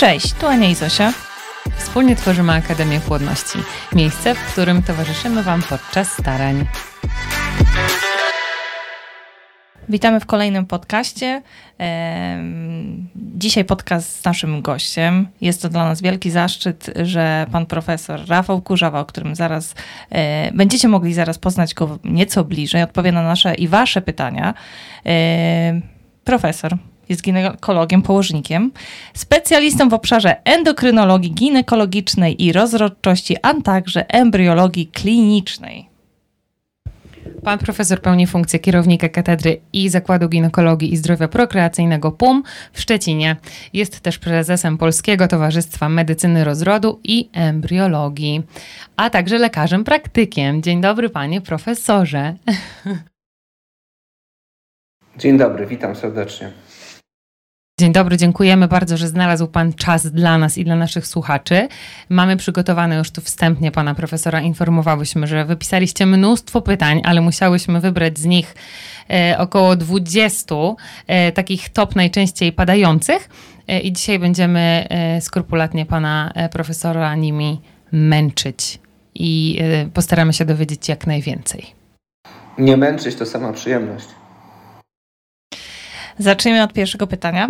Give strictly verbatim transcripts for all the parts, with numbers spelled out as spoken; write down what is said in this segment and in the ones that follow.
Cześć, tu Ania i Zosia. Wspólnie tworzymy Akademię Płodności. Miejsce, w którym towarzyszymy Wam podczas starań. Witamy w kolejnym podcaście. Dzisiaj podcast z naszym gościem. Jest to dla nas wielki zaszczyt, że pan profesor Rafał Kurzawa, o którym zaraz będziecie mogli zaraz poznać go nieco bliżej, odpowie na nasze i wasze pytania. Profesor jest ginekologiem, położnikiem, specjalistą w obszarze endokrynologii ginekologicznej i rozrodczości, a także embriologii klinicznej. Pan profesor pełni funkcję kierownika Katedry i Zakładu Ginekologii i Zdrowia Prokreacyjnego P U M w Szczecinie. Jest też prezesem Polskiego Towarzystwa Medycyny Rozrodu i Embriologii, a także lekarzem praktykiem. Dzień dobry, panie profesorze. Dzień dobry, witam serdecznie. Dzień dobry, dziękujemy bardzo, że znalazł pan czas dla nas i dla naszych słuchaczy. Mamy przygotowane już tu wstępnie pana profesora, informowałyśmy, że wypisaliście mnóstwo pytań, ale musiałyśmy wybrać z nich e, około dwudziestu e, takich top najczęściej padających e, i dzisiaj będziemy e, skrupulatnie pana e, profesora nimi męczyć i e, postaramy się dowiedzieć jak najwięcej. Nie męczyć to sama przyjemność. Zacznijmy od pierwszego pytania.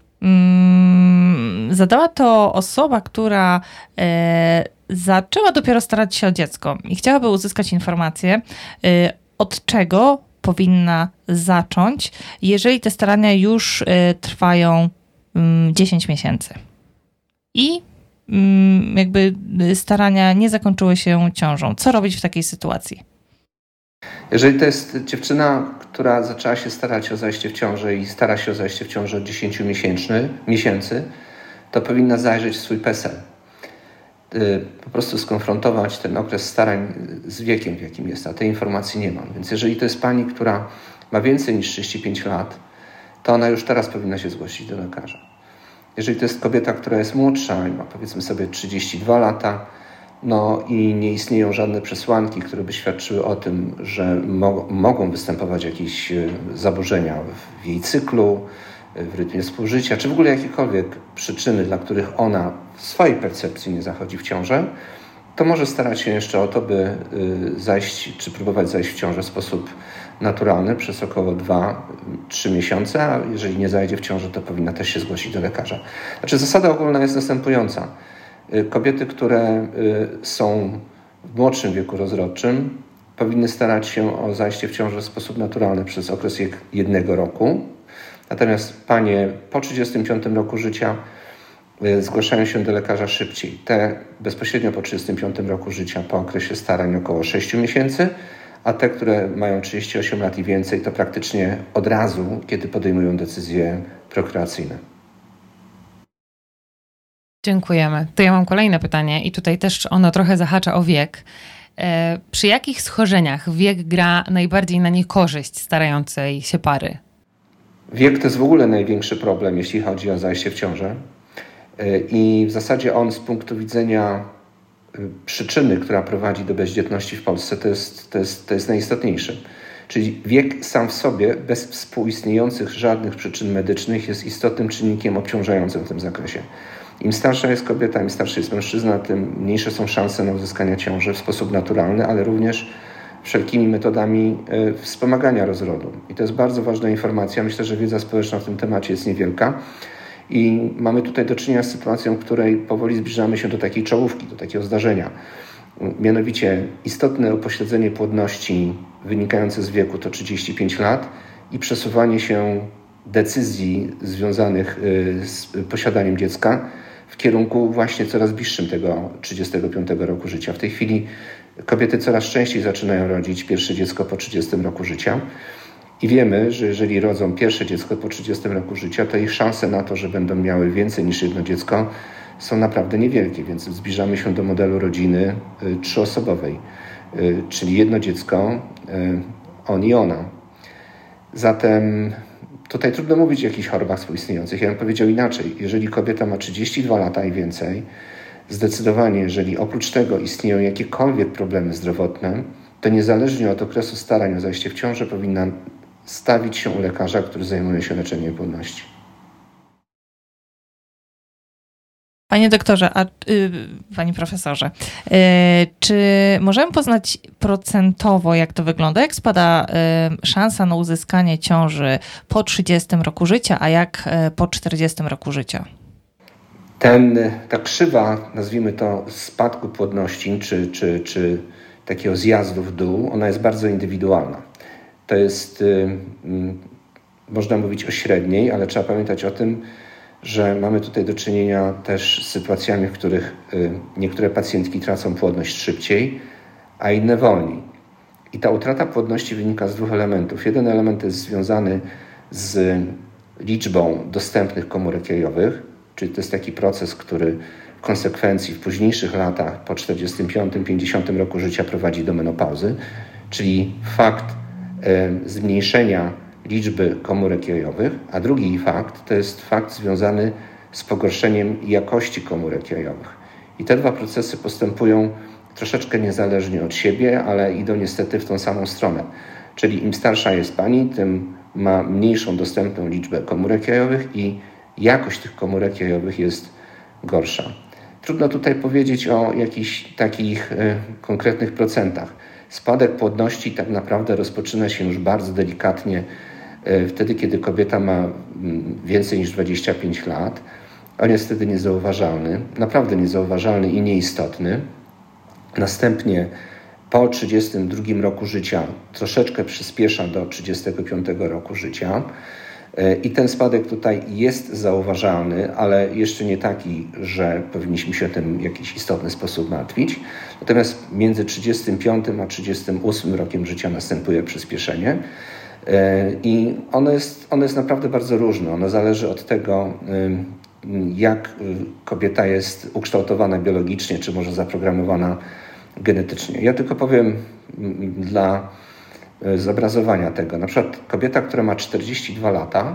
Zadała to osoba, która e, zaczęła dopiero starać się o dziecko i chciałaby uzyskać informację, e, od czego powinna zacząć, jeżeli te starania już e, trwają mm, dziesięć miesięcy. I mm, jakby starania nie zakończyły się ciążą. Co robić w takiej sytuacji? Jeżeli to jest dziewczyna, która zaczęła się starać o zajście w ciążę i stara się o zajście w ciążę od dziesięciu miesięcy, to powinna zajrzeć w swój PESEL. Po prostu skonfrontować ten okres starań z wiekiem, w jakim jest, a tej informacji nie mam. Więc jeżeli to jest pani, która ma więcej niż trzydzieści pięć lat, to ona już teraz powinna się zgłosić do lekarza. Jeżeli to jest kobieta, która jest młodsza i ma powiedzmy sobie trzydzieści dwa lata, no i nie istnieją żadne przesłanki, które by świadczyły o tym, że mo- mogą występować jakieś zaburzenia w jej cyklu, w rytmie współżycia, czy w ogóle jakiekolwiek przyczyny, dla których ona w swojej percepcji nie zachodzi w ciążę, to może starać się jeszcze o to, by zajść, czy próbować zajść w ciążę w sposób naturalny przez około dwa trzy miesiące, a jeżeli nie zajdzie w ciążę, to powinna też się zgłosić do lekarza. Znaczy zasada ogólna jest następująca. Kobiety, które są w młodszym wieku rozrodczym, powinny starać się o zajście w ciążę w sposób naturalny przez okres jednego roku. Natomiast panie po trzydziestym piątym roku życia zgłaszają się do lekarza szybciej. Te bezpośrednio po trzydziestym piątym roku życia po okresie starań około sześciu miesięcy, a te, które mają trzydzieści osiem lat i więcej, to praktycznie od razu, kiedy podejmują decyzje prokreacyjne. Dziękujemy. To ja mam kolejne pytanie i tutaj też ono trochę zahacza o wiek. E, przy jakich schorzeniach wiek gra najbardziej na niekorzyść starającej się pary? Wiek to jest w ogóle największy problem, jeśli chodzi o zajście w ciążę. E, I w zasadzie on z punktu widzenia przyczyny, która prowadzi do bezdzietności w Polsce, to jest, to jest, to jest najistotniejszy. Czyli wiek sam w sobie, bez współistniejących żadnych przyczyn medycznych, jest istotnym czynnikiem obciążającym w tym zakresie. Im starsza jest kobieta, im starszy jest mężczyzna, tym mniejsze są szanse na uzyskanie ciąży w sposób naturalny, ale również wszelkimi metodami y, wspomagania rozrodu. I to jest bardzo ważna informacja. Myślę, że wiedza społeczna w tym temacie jest niewielka. I mamy tutaj do czynienia z sytuacją, w której powoli zbliżamy się do takiej czołówki, do takiego zdarzenia. Mianowicie istotne upośledzenie płodności wynikające z wieku to trzydzieści pięć lat i przesuwanie się decyzji związanych z posiadaniem dziecka w kierunku właśnie coraz bliższym tego trzydziestego piątego roku życia. W tej chwili kobiety coraz częściej zaczynają rodzić pierwsze dziecko po trzydziestym roku życia i wiemy, że jeżeli rodzą pierwsze dziecko po trzydziestym roku życia, to ich szanse na to, że będą miały więcej niż jedno dziecko, są naprawdę niewielkie, więc zbliżamy się do modelu rodziny y, trzyosobowej, y, czyli jedno dziecko, y, on i ona. Zatem tutaj trudno mówić o jakichś chorobach współistniejących. Ja bym powiedział inaczej. Jeżeli kobieta ma trzydzieści dwa lata i więcej, zdecydowanie, jeżeli oprócz tego istnieją jakiekolwiek problemy zdrowotne, to niezależnie od okresu starań o zajście w ciążę powinna stawić się u lekarza, który zajmuje się leczeniem płodności. Panie doktorze, a y, panie profesorze, y, czy możemy poznać procentowo, jak to wygląda? Jak spada y, szansa na uzyskanie ciąży po trzydziestym roku życia, a jak y, po czterdziestym roku życia? Ten, ta krzywa, nazwijmy to spadku płodności, czy, czy, czy takiego zjazdu w dół, ona jest bardzo indywidualna. To jest, y, y, można mówić o średniej, ale trzeba pamiętać o tym, że mamy tutaj do czynienia też z sytuacjami, w których y, niektóre pacjentki tracą płodność szybciej, a inne wolniej. I ta utrata płodności wynika z dwóch elementów. Jeden element jest związany z liczbą dostępnych komórek jajowych, czyli to jest taki proces, który w konsekwencji w późniejszych latach, po czterdziestym piątym pięćdziesiątym roku życia prowadzi do menopauzy, czyli fakt y, zmniejszenia liczby komórek jajowych, a drugi fakt to jest fakt związany z pogorszeniem jakości komórek jajowych. I te dwa procesy postępują troszeczkę niezależnie od siebie, ale idą niestety w tą samą stronę. Czyli im starsza jest pani, tym ma mniejszą dostępną liczbę komórek jajowych i jakość tych komórek jajowych jest gorsza. Trudno tutaj powiedzieć o jakichś takich y, konkretnych procentach. Spadek płodności tak naprawdę rozpoczyna się już bardzo delikatnie y, wtedy, kiedy kobieta ma y, więcej niż dwadzieścia pięć lat. On jest wtedy niezauważalny, naprawdę niezauważalny i nieistotny. Następnie po trzydziestym drugim roku życia troszeczkę przyspiesza do trzydziestego piątego roku życia. I ten spadek tutaj jest zauważalny, ale jeszcze nie taki, że powinniśmy się tym w jakiś istotny sposób martwić. Natomiast między trzydziestym piątym a trzydziestym ósmym rokiem życia następuje przyspieszenie. I ono jest, ono jest naprawdę bardzo różne. Ono zależy od tego, jak kobieta jest ukształtowana biologicznie, czy może zaprogramowana genetycznie. Ja tylko powiem dla zobrazowania tego. Na przykład kobieta, która ma czterdzieści dwa lata,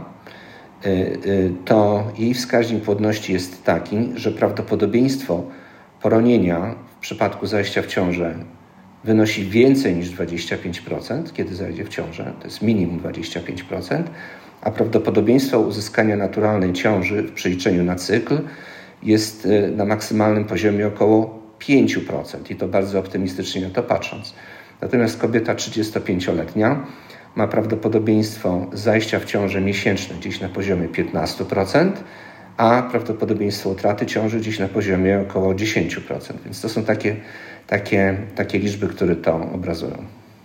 to jej wskaźnik płodności jest taki, że prawdopodobieństwo poronienia w przypadku zajścia w ciążę wynosi więcej niż dwadzieścia pięć procent, kiedy zajdzie w ciążę, to jest minimum dwadzieścia pięć procent, a prawdopodobieństwo uzyskania naturalnej ciąży w przeliczeniu na cykl jest na maksymalnym poziomie około pięć procent i to bardzo optymistycznie na to patrząc. Natomiast kobieta trzydziestopięcioletnia ma prawdopodobieństwo zajścia w ciążę miesięczne gdzieś na poziomie piętnaście procent, a prawdopodobieństwo utraty ciąży gdzieś na poziomie około dziesięć procent. Więc to są takie, takie, takie liczby, które to obrazują.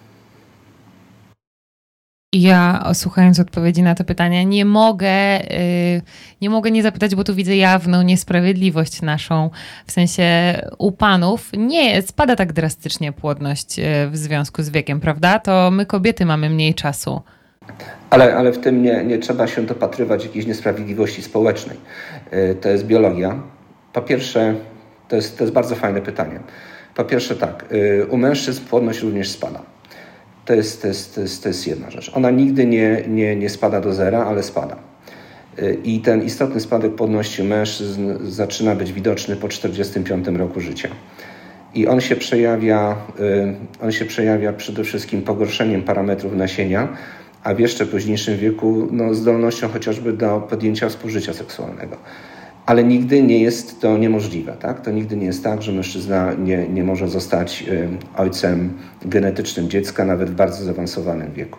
Ja, słuchając odpowiedzi na to pytanie, nie mogę, yy, nie mogę nie zapytać, bo tu widzę jawną niesprawiedliwość naszą. W sensie u panów nie spada tak drastycznie płodność yy, w związku z wiekiem, prawda? To my kobiety mamy mniej czasu. Ale, ale w tym nie, nie trzeba się dopatrywać jakiejś niesprawiedliwości społecznej. Yy, to jest biologia. Po pierwsze, to jest, to jest bardzo fajne pytanie. Po pierwsze tak, yy, u mężczyzn płodność również spada. To jest, to, jest, to, jest, to jest jedna rzecz. Ona nigdy nie, nie, nie spada do zera, ale spada. I ten istotny spadek płodności mężczyzn zaczyna być widoczny po czterdziestym piątym roku życia. I on się przejawia, on się przejawia przede wszystkim pogorszeniem parametrów nasienia, a w jeszcze późniejszym wieku no, zdolnością chociażby do podjęcia współżycia seksualnego. Ale nigdy nie jest to niemożliwe. Tak? To nigdy nie jest tak, że mężczyzna nie, nie może zostać y, ojcem genetycznym dziecka, nawet w bardzo zaawansowanym wieku.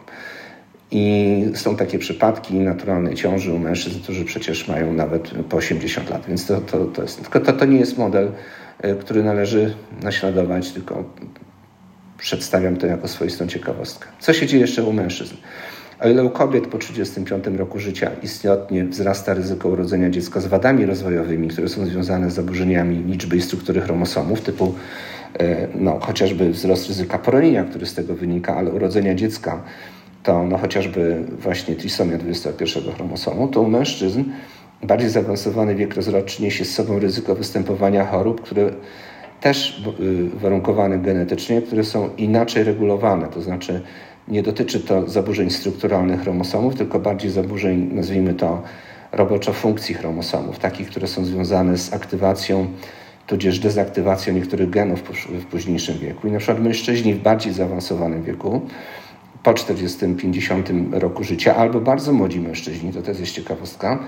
I są takie przypadki naturalnej ciąży u mężczyzn, którzy przecież mają nawet po osiemdziesiąt lat. Więc to, to, to, jest, tylko to, to nie jest model, y, który należy naśladować, tylko przedstawiam to jako swoistą ciekawostkę. Co się dzieje jeszcze u mężczyzn? O ile u kobiet po trzydziestym piątym roku życia istotnie wzrasta ryzyko urodzenia dziecka z wadami rozwojowymi, które są związane z zaburzeniami liczby i struktury chromosomów, typu no, chociażby wzrost ryzyka poronienia, który z tego wynika, ale urodzenia dziecka to no, chociażby właśnie trisomia dwudziestego pierwszego chromosomu, to u mężczyzn bardziej zaawansowany wiek rozrodczy niesie z sobą ryzyko występowania chorób, które też warunkowane genetycznie, które są inaczej regulowane, to znaczy nie dotyczy to zaburzeń strukturalnych chromosomów, tylko bardziej zaburzeń, nazwijmy to, roboczo funkcji chromosomów, takich, które są związane z aktywacją, tudzież dezaktywacją niektórych genów w późniejszym wieku. I na przykład mężczyźni w bardziej zaawansowanym wieku, po czterdziestym pięćdziesiątym roku życia, albo bardzo młodzi mężczyźni, to też jest ciekawostka,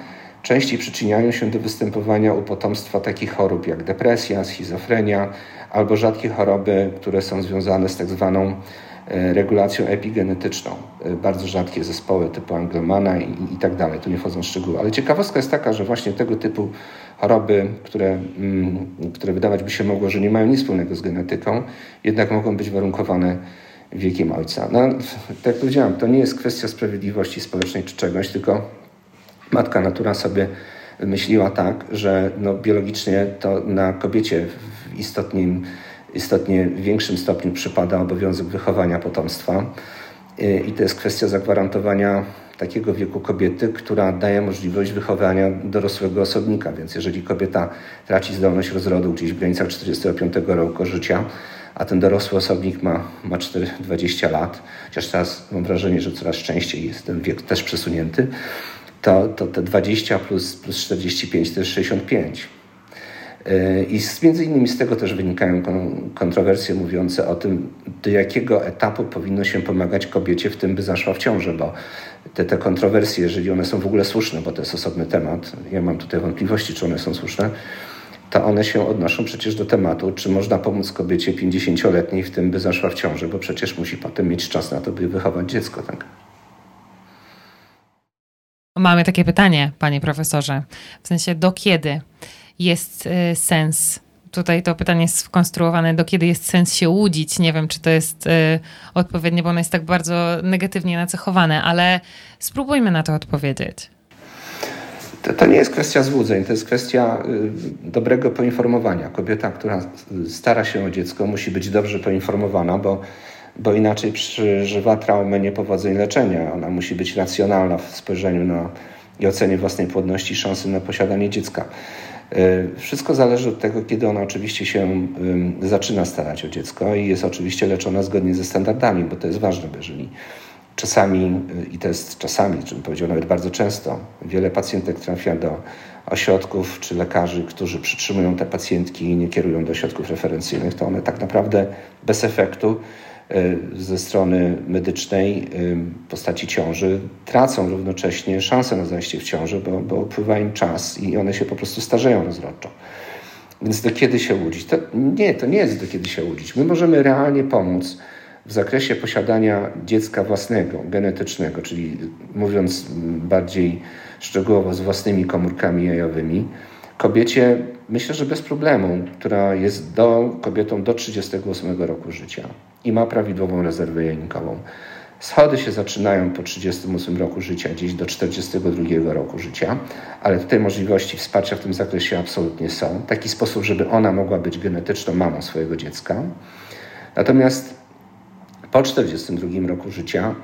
częściej przyczyniają się do występowania u potomstwa takich chorób jak depresja, schizofrenia albo rzadkie choroby, które są związane z tak zwaną regulacją epigenetyczną. Bardzo rzadkie zespoły typu Angelmana i, i tak dalej. Tu nie wchodzą w szczegóły. Ale ciekawostka jest taka, że właśnie tego typu choroby, które, mm, które wydawać by się mogło, że nie mają nic wspólnego z genetyką, jednak mogą być warunkowane wiekiem ojca. No, tak jak powiedziałem, to nie jest kwestia sprawiedliwości społecznej czy czegoś, tylko matka natura sobie wymyśliła tak, że no, biologicznie to na kobiecie w istotnym istotnie w większym stopniu przypada obowiązek wychowania potomstwa i to jest kwestia zagwarantowania takiego wieku kobiety, która daje możliwość wychowania dorosłego osobnika, więc jeżeli kobieta traci zdolność rozrodu gdzieś w granicach czterdziestego piątego roku życia, a ten dorosły osobnik ma, ma dwadzieścia lat, chociaż teraz mam wrażenie, że coraz częściej jest ten wiek też przesunięty, to, to te dwadzieścia plus, plus czterdzieści pięć to jest sześćdziesiąt pięć. I z, między innymi z tego też wynikają kontrowersje mówiące o tym, do jakiego etapu powinno się pomagać kobiecie w tym, by zaszła w ciążę, bo te, te kontrowersje, jeżeli one są w ogóle słuszne, bo to jest osobny temat, ja mam tutaj wątpliwości, czy one są słuszne, to one się odnoszą przecież do tematu, czy można pomóc kobiecie pięćdziesięcioletniej w tym, by zaszła w ciążę, bo przecież musi potem mieć czas na to, by wychować dziecko, tak? Mamy takie pytanie, panie profesorze, w sensie do kiedy jest y, sens, tutaj to pytanie jest skonstruowane, do kiedy jest sens się łudzić, nie wiem, czy to jest y, odpowiednie, bo ono jest tak bardzo negatywnie nacechowane, ale spróbujmy na to odpowiedzieć. To, to nie jest kwestia złudzeń, to jest kwestia y, dobrego poinformowania. Kobieta, która stara się o dziecko, musi być dobrze poinformowana, bo, bo inaczej przeżywa traumę niepowodzeń leczenia. Ona musi być racjonalna w spojrzeniu na i ocenie własnej płodności i szansy na posiadanie dziecka. Wszystko zależy od tego, kiedy ona oczywiście się zaczyna starać o dziecko i jest oczywiście leczona zgodnie ze standardami, bo to jest ważne, bo jeżeli czasami, i to jest czasami, czym powiedział nawet bardzo często, wiele pacjentek trafia do ośrodków czy lekarzy, którzy przytrzymują te pacjentki i nie kierują do ośrodków referencyjnych, to one tak naprawdę bez efektu ze strony medycznej w postaci ciąży tracą równocześnie szansę na zajście w ciążę, bo, bo upływa im czas i one się po prostu starzeją rozrodczo. Więc do kiedy się łudzić? To nie, to nie jest do kiedy się łudzić. My możemy realnie pomóc w zakresie posiadania dziecka własnego, genetycznego, czyli mówiąc bardziej szczegółowo z własnymi komórkami jajowymi, kobiecie, myślę, że bez problemu, która jest do, kobietą do trzydziestego ósmego roku życia i ma prawidłową rezerwę jajnikową. Schody się zaczynają po trzydziestym ósmym roku życia, gdzieś do czterdziestego drugiego roku życia, ale tutaj możliwości wsparcia w tym zakresie absolutnie są. W taki sposób, żeby ona mogła być genetyczną mamą swojego dziecka. Natomiast po czterdziestym drugim roku życia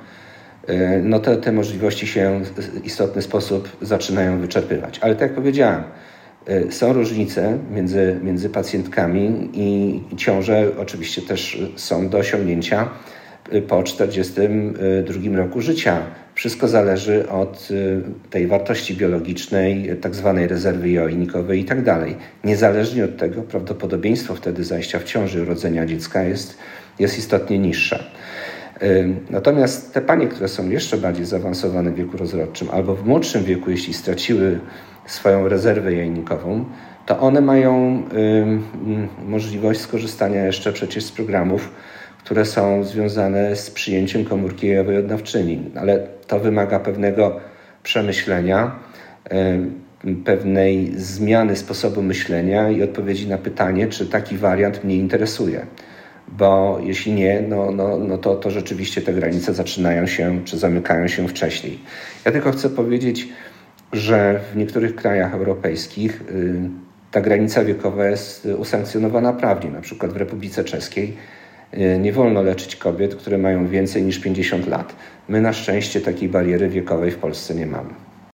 no te, te możliwości się w istotny sposób zaczynają wyczerpywać. Ale tak jak powiedziałem, są różnice między, między pacjentkami i ciąże oczywiście też są do osiągnięcia po czterdziestym drugim roku życia. Wszystko zależy od tej wartości biologicznej, tak zwanej rezerwy jajnikowej i tak dalej. Niezależnie od tego prawdopodobieństwo wtedy zajścia w ciąży i urodzenia dziecka jest, jest istotnie niższe. Natomiast te panie, które są jeszcze bardziej zaawansowane w wieku rozrodczym albo w młodszym wieku, jeśli straciły swoją rezerwę jajnikową, to one mają y, możliwość skorzystania jeszcze przecież z programów, które są związane z przyjęciem komórki jajowej odnawczyni. Ale to wymaga pewnego przemyślenia, y, pewnej zmiany sposobu myślenia i odpowiedzi na pytanie, czy taki wariant mnie interesuje. Bo jeśli nie, no, no, no to, to rzeczywiście te granice zaczynają się, czy zamykają się wcześniej. Ja tylko chcę powiedzieć, że w niektórych krajach europejskich y, ta granica wiekowa jest usankcjonowana prawnie. Na przykład w Republice Czeskiej y, nie wolno leczyć kobiet, które mają więcej niż pięćdziesiąt lat. My na szczęście takiej bariery wiekowej w Polsce nie mamy.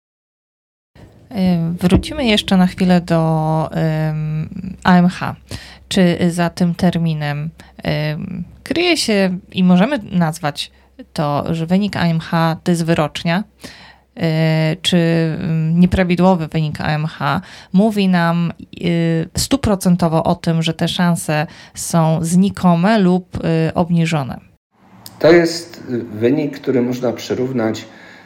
Wrócimy jeszcze na chwilę do A M H. Czy za tym terminem kryje się, i możemy nazwać to, że wynik A M H to jest wyrocznia, czy nieprawidłowy wynik A M H mówi nam stuprocentowo o tym, że te szanse są znikome lub obniżone? To jest wynik, który można przyrównać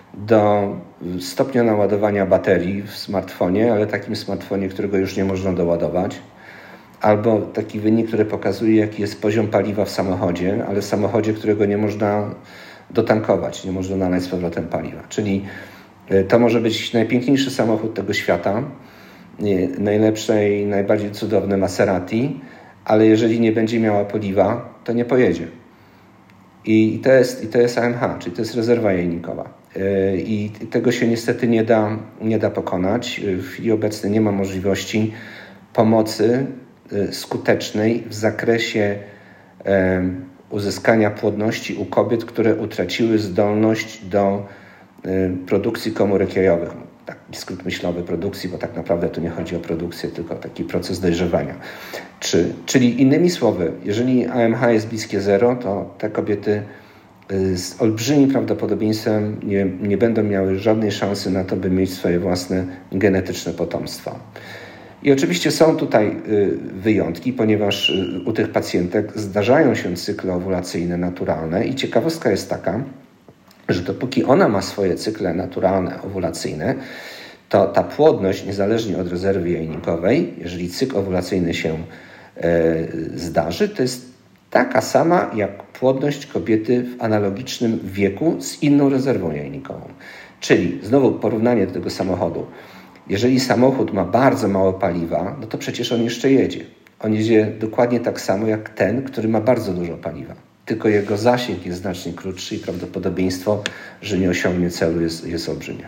do stopnia naładowania baterii w smartfonie, ale takim smartfonie, którego już nie można doładować, albo taki wynik, który pokazuje, jaki jest poziom paliwa w samochodzie, ale w samochodzie, którego nie można dotankować, nie można nalać z powrotem paliwa. Czyli to może być najpiękniejszy samochód tego świata, najlepsze i najbardziej cudowne Maserati, ale jeżeli nie będzie miała paliwa, to nie pojedzie. I to jest, i to jest A M H, czyli to jest rezerwa jajnikowa. I tego się niestety nie da, nie da pokonać. W chwili obecnej nie ma możliwości pomocy skutecznej w zakresie uzyskania płodności u kobiet, które utraciły zdolność do produkcji komórek jajowych. Taki skrót myślowy produkcji, bo tak naprawdę tu nie chodzi o produkcję, tylko o taki proces dojrzewania. Czy, czyli innymi słowy, jeżeli A M H jest bliskie zero, to te kobiety z olbrzymim prawdopodobieństwem nie, nie będą miały żadnej szansy na to, by mieć swoje własne genetyczne potomstwo. I oczywiście są tutaj wyjątki, ponieważ u tych pacjentek zdarzają się cykle owulacyjne naturalne i ciekawostka jest taka, że dopóki ona ma swoje cykle naturalne, owulacyjne, to ta płodność, niezależnie od rezerwy jajnikowej, jeżeli cykl owulacyjny się e, zdarzy, to jest taka sama jak płodność kobiety w analogicznym wieku z inną rezerwą jajnikową. Czyli znowu porównanie do tego samochodu. Jeżeli samochód ma bardzo mało paliwa, no to przecież on jeszcze jedzie. On jedzie dokładnie tak samo jak ten, który ma bardzo dużo paliwa. Tylko jego zasięg jest znacznie krótszy i prawdopodobieństwo, że nie osiągnie celu jest, jest olbrzymie.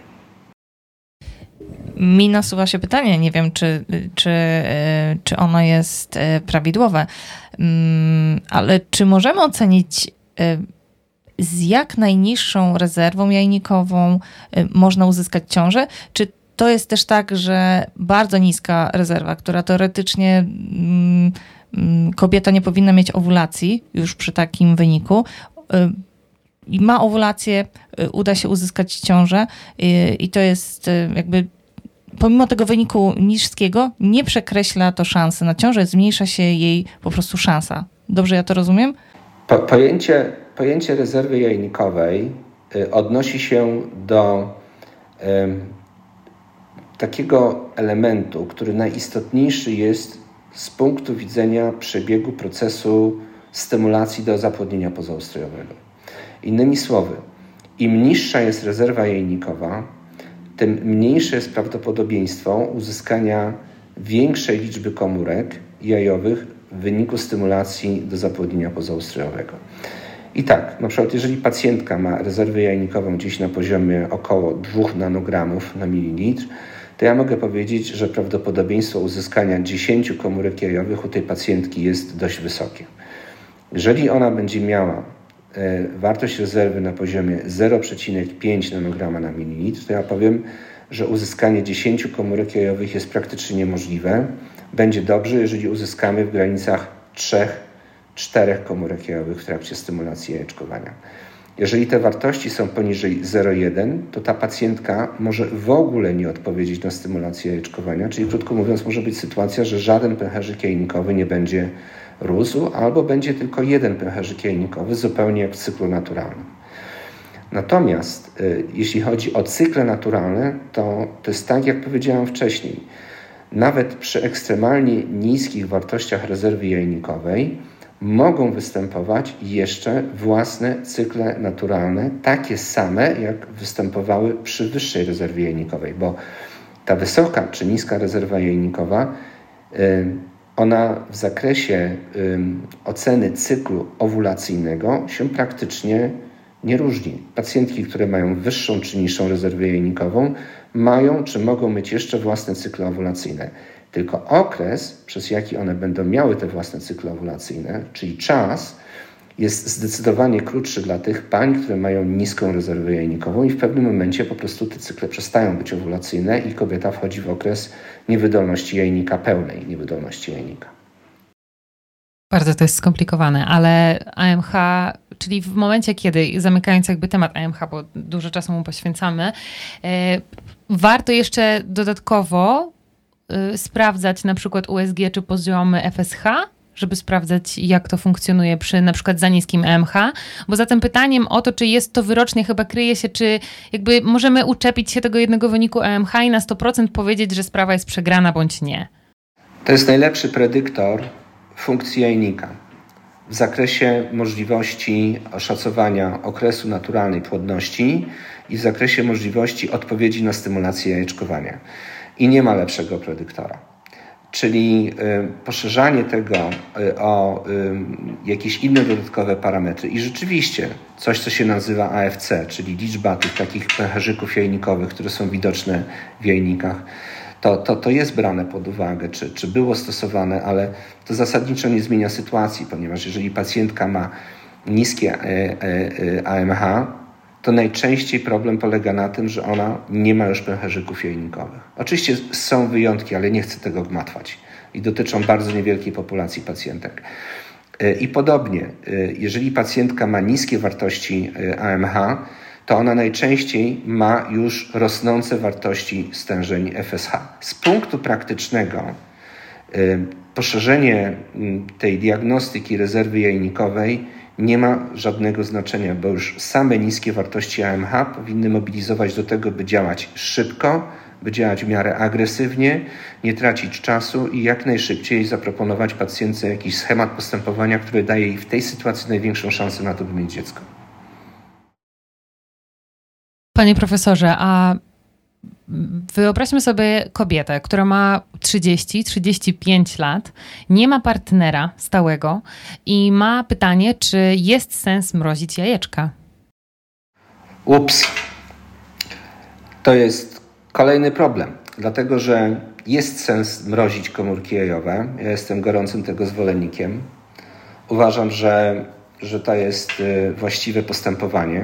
Mi nasuwa się pytanie, nie wiem, czy, czy, czy ono jest prawidłowe, ale czy możemy ocenić, z jak najniższą rezerwą jajnikową można uzyskać ciążę? Czy to jest też tak, że bardzo niska rezerwa, która teoretycznie kobieta nie powinna mieć owulacji już przy takim wyniku, i ma owulację, uda się uzyskać ciążę i to jest jakby pomimo tego wyniku niskiego nie przekreśla to szansy na ciążę, zmniejsza się jej po prostu szansa. Dobrze ja to rozumiem? Po, pojęcie, pojęcie rezerwy jajnikowej odnosi się do y, takiego elementu, który najistotniejszy jest z punktu widzenia przebiegu procesu stymulacji do zapłodnienia pozaustrojowego. Innymi słowy, im niższa jest rezerwa jajnikowa, tym mniejsze jest prawdopodobieństwo uzyskania większej liczby komórek jajowych w wyniku stymulacji do zapłodnienia pozaustrojowego. I tak, na przykład jeżeli pacjentka ma rezerwę jajnikową gdzieś na poziomie około dwóch nanogramów na mililitr, to ja mogę powiedzieć, że prawdopodobieństwo uzyskania dziesięciu komórek jajowych u tej pacjentki jest dość wysokie. Jeżeli ona będzie miała e, wartość rezerwy na poziomie zero przecinek pięć nanograma na mililitr, to ja powiem, że uzyskanie dziesięciu komórek jajowych jest praktycznie niemożliwe. Będzie dobrze, jeżeli uzyskamy w granicach trzech czterech komórek jajowych w trakcie stymulacji jajeczkowania. Jeżeli te wartości są poniżej zero przecinek jeden, to ta pacjentka może w ogóle nie odpowiedzieć na stymulację jajeczkowania, czyli krótko mówiąc może być sytuacja, że żaden pęcherzyk jajnikowy nie będzie rósł, albo będzie tylko jeden pęcherzyk jajnikowy, zupełnie jak w cyklu naturalnym. Natomiast y, jeśli chodzi o cykle naturalne, to to jest tak, jak powiedziałem wcześniej. Nawet przy ekstremalnie niskich wartościach rezerwy jajnikowej mogą występować jeszcze własne cykle naturalne, takie same, jak występowały przy wyższej rezerwie jajnikowej, bo ta wysoka czy niska rezerwa jajnikowa, ona w zakresie oceny cyklu owulacyjnego się praktycznie nie różni. Pacjentki, które mają wyższą czy niższą rezerwę jajnikową, mają czy mogą mieć jeszcze własne cykle owulacyjne. Tylko okres, przez jaki one będą miały te własne cykle owulacyjne, czyli czas, jest zdecydowanie krótszy dla tych pań, które mają niską rezerwę jajnikową i w pewnym momencie po prostu te cykle przestają być owulacyjne i kobieta wchodzi w okres niewydolności jajnika, pełnej niewydolności jajnika. Bardzo to jest skomplikowane, ale A M H, czyli w momencie, kiedy, zamykając jakby temat A M H, bo dużo czasu mu poświęcamy, yy, warto jeszcze dodatkowo yy, sprawdzać na przykład U S G czy poziomy F S H, żeby sprawdzać, jak to funkcjonuje przy na przykład za niskim E M H? Bo za tym pytaniem o to, czy jest to wyrocznie, chyba kryje się, czy jakby możemy uczepić się tego jednego wyniku E M H i na sto procent powiedzieć, że sprawa jest przegrana bądź nie. To jest najlepszy predyktor funkcji jajnika w zakresie możliwości oszacowania okresu naturalnej płodności i w zakresie możliwości odpowiedzi na stymulację jajeczkowania. I nie ma lepszego predyktora. Czyli y, poszerzanie tego y, o y, jakieś inne dodatkowe parametry i rzeczywiście coś, co się nazywa A F C, czyli liczba tych takich pęcherzyków jajnikowych, które są widoczne w jajnikach, to, to, to jest brane pod uwagę, czy, czy było stosowane, ale to zasadniczo nie zmienia sytuacji, ponieważ jeżeli pacjentka ma niskie A M H, to najczęściej problem polega na tym, że ona nie ma już pęcherzyków jajnikowych. Oczywiście są wyjątki, ale nie chcę tego gmatwać i dotyczą bardzo niewielkiej populacji pacjentek. I podobnie, jeżeli pacjentka ma niskie wartości A M H, to ona najczęściej ma już rosnące wartości stężeń F S H. Z punktu praktycznego poszerzenie tej diagnostyki rezerwy jajnikowej nie ma żadnego znaczenia, bo już same niskie wartości A M H powinny mobilizować do tego, by działać szybko, by działać w miarę agresywnie, nie tracić czasu i jak najszybciej zaproponować pacjentce jakiś schemat postępowania, który daje jej w tej sytuacji największą szansę na to, by mieć dziecko. Panie profesorze, a wyobraźmy sobie kobietę, która ma trzydzieści trzydzieści pięć lat, nie ma partnera stałego i ma pytanie, czy jest sens mrozić jajeczka? Ups. To jest kolejny problem, dlatego że jest sens mrozić komórki jajowe. Ja jestem gorącym tego zwolennikiem. Uważam, że, że to jest właściwe postępowanie.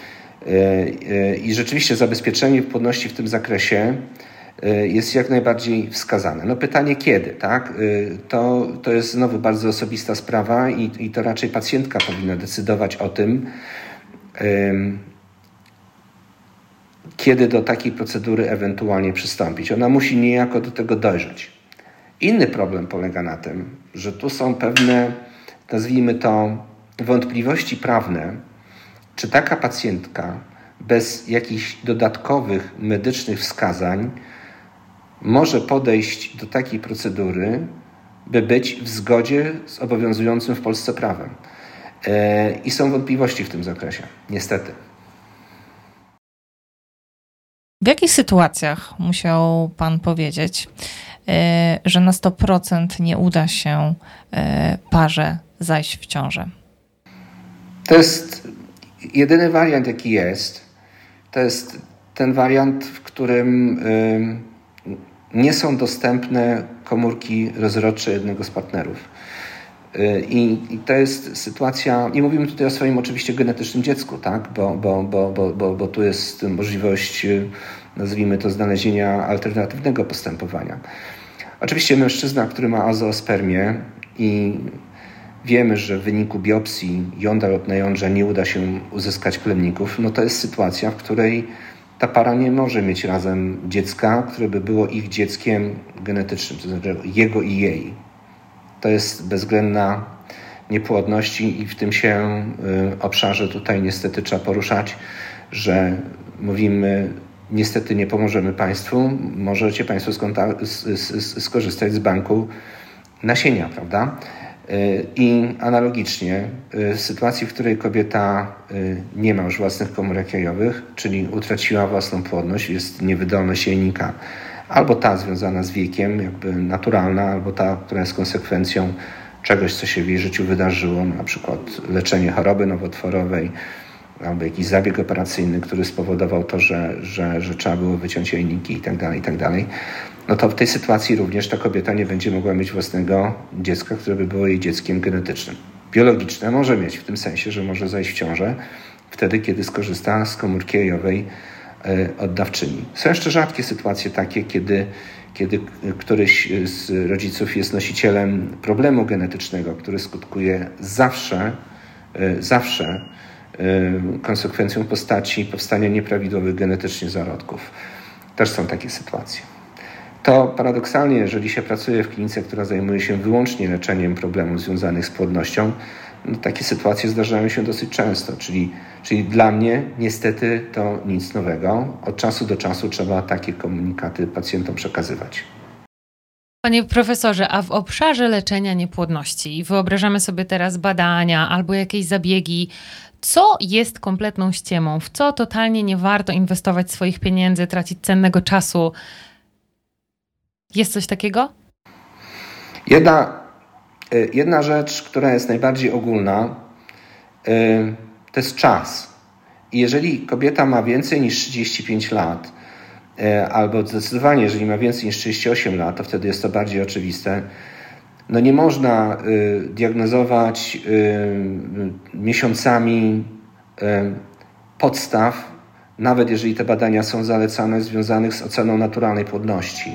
I rzeczywiście zabezpieczenie płodności w tym zakresie jest jak najbardziej wskazane. No pytanie kiedy, tak? To, to jest znowu bardzo osobista sprawa i, i to raczej pacjentka powinna decydować o tym, kiedy do takiej procedury ewentualnie przystąpić. Ona musi niejako do tego dojrzeć. Inny problem polega na tym, że tu są pewne, nazwijmy to, wątpliwości prawne, czy taka pacjentka bez jakichś dodatkowych medycznych wskazań może podejść do takiej procedury, by być w zgodzie z obowiązującym w Polsce prawem. I są wątpliwości w tym zakresie, niestety. W jakich sytuacjach musiał Pan powiedzieć, że na sto procent nie uda się parze zajść w ciążę? To jest jedyny wariant, jaki jest. To jest ten wariant, w którym nie są dostępne komórki rozrodcze jednego z partnerów. I, I to jest sytuacja, nie mówimy tutaj o swoim oczywiście genetycznym dziecku, tak? bo, bo, bo, bo, bo, bo tu jest możliwość, nazwijmy to, znalezienia alternatywnego postępowania. Oczywiście mężczyzna, który ma azoospermię i wiemy, że w wyniku biopsji jądra lub najądrza nie uda się uzyskać plemników, no to jest sytuacja, w której ta para nie może mieć razem dziecka, które by było ich dzieckiem genetycznym, to znaczy jego i jej. To jest bezwzględna niepłodność i w tym się y, obszarze tutaj niestety trzeba poruszać, że mówimy, niestety nie pomożemy Państwu, możecie Państwo skonta- z, z, skorzystać z banku nasienia, prawda? I analogicznie w sytuacji, w której kobieta nie ma już własnych komórek jajowych, czyli utraciła własną płodność, jest niewydolność jajnika, albo ta związana z wiekiem, jakby naturalna, albo ta, która jest konsekwencją czegoś, co się w jej życiu wydarzyło, na przykład leczenie choroby nowotworowej, albo jakiś zabieg operacyjny, który spowodował to, że, że, że trzeba było wyciąć jajniki itd., itd., no to w tej sytuacji również ta kobieta nie będzie mogła mieć własnego dziecka, które by było jej dzieckiem genetycznym. Biologiczne może mieć w tym sensie, że może zajść w ciążę wtedy, kiedy skorzysta z komórki jajowej oddawczyni. Są jeszcze rzadkie sytuacje takie, kiedy, kiedy któryś z rodziców jest nosicielem problemu genetycznego, który skutkuje zawsze, zawsze konsekwencją postaci powstania nieprawidłowych genetycznie zarodków. Też są takie sytuacje. to paradoksalnie, jeżeli się pracuje w klinice, która zajmuje się wyłącznie leczeniem problemów związanych z płodnością, no takie sytuacje zdarzają się dosyć często. Czyli, czyli dla mnie niestety to nic nowego. Od czasu do czasu trzeba takie komunikaty pacjentom przekazywać. Panie profesorze, a w obszarze leczenia niepłodności wyobrażamy sobie teraz badania albo jakieś zabiegi. Co jest kompletną ściemą? W co totalnie nie warto inwestować swoich pieniędzy, tracić cennego czasu? Jest coś takiego? Jedna, jedna rzecz, która jest najbardziej ogólna, to jest czas. I jeżeli kobieta ma więcej niż trzydzieści pięć lat, albo zdecydowanie, jeżeli ma więcej niż trzydzieści osiem lat, to wtedy jest to bardziej oczywiste, no nie można y, diagnozować y, miesiącami y, podstaw, nawet jeżeli te badania są zalecane, związanych z oceną naturalnej płodności.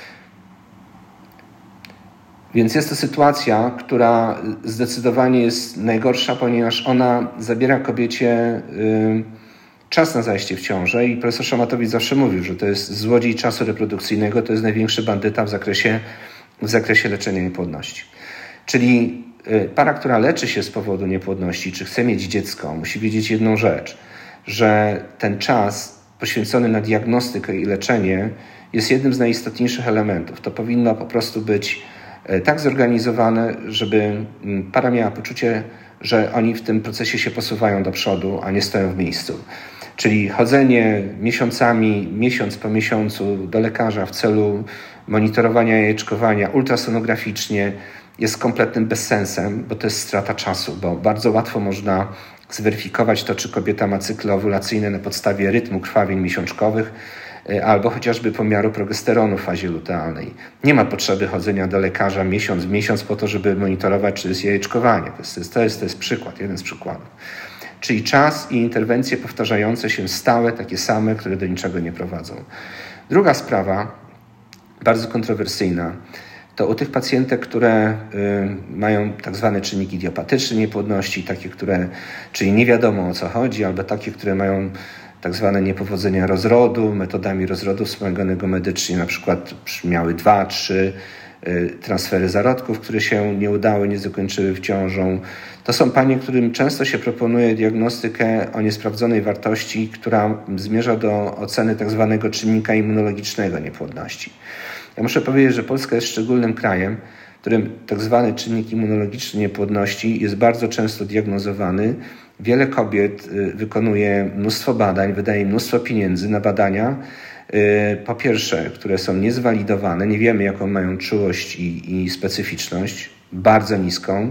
Więc jest to sytuacja, która zdecydowanie jest najgorsza, ponieważ ona zabiera kobiecie y, czas na zajście w ciążę i profesor Szamatowicz zawsze mówił, że to jest złodziej czasu reprodukcyjnego, to jest największy bandyta w zakresie w zakresie leczenia niepłodności. Czyli para, która leczy się z powodu niepłodności, czy chce mieć dziecko, musi wiedzieć jedną rzecz, że ten czas poświęcony na diagnostykę i leczenie jest jednym z najistotniejszych elementów. To powinno po prostu być tak zorganizowane, żeby para miała poczucie, że oni w tym procesie się posuwają do przodu, a nie stoją w miejscu. Czyli chodzenie miesiącami, miesiąc po miesiącu do lekarza w celu monitorowania jajeczkowania ultrasonograficznie jest kompletnym bezsensem, bo to jest strata czasu, bo bardzo łatwo można zweryfikować to, czy kobieta ma cykle owulacyjne na podstawie rytmu krwawień miesiączkowych albo chociażby pomiaru progesteronu w fazie lutealnej. Nie ma potrzeby chodzenia do lekarza miesiąc w miesiąc po to, żeby monitorować, czy jest jajeczkowanie. To jest, to jest, to jest przykład, jeden z przykładów. Czyli czas i interwencje powtarzające się stałe, takie same, które do niczego nie prowadzą. Druga sprawa, bardzo kontrowersyjna, to u tych pacjentek, które y, mają tak zwane czynniki idiopatyczne niepłodności, takie, które, czyli nie wiadomo o co chodzi, albo takie, które mają tak zwane niepowodzenia rozrodu, metodami rozrodu wspomaganego medycznie, na przykład miały dwa, trzy y, transfery zarodków, które się nie udały, nie zakończyły w ciążą. To są panie, którym często się proponuje diagnostykę o niesprawdzonej wartości, która zmierza do oceny tak zwanego czynnika immunologicznego niepłodności. Ja muszę powiedzieć, że Polska jest szczególnym krajem, w którym tak zwany czynnik immunologiczny niepłodności jest bardzo często diagnozowany. Wiele kobiet wykonuje mnóstwo badań, wydaje mnóstwo pieniędzy na badania, po pierwsze, które są niezwalidowane, nie wiemy jaką mają czułość i, i specyficzność, bardzo niską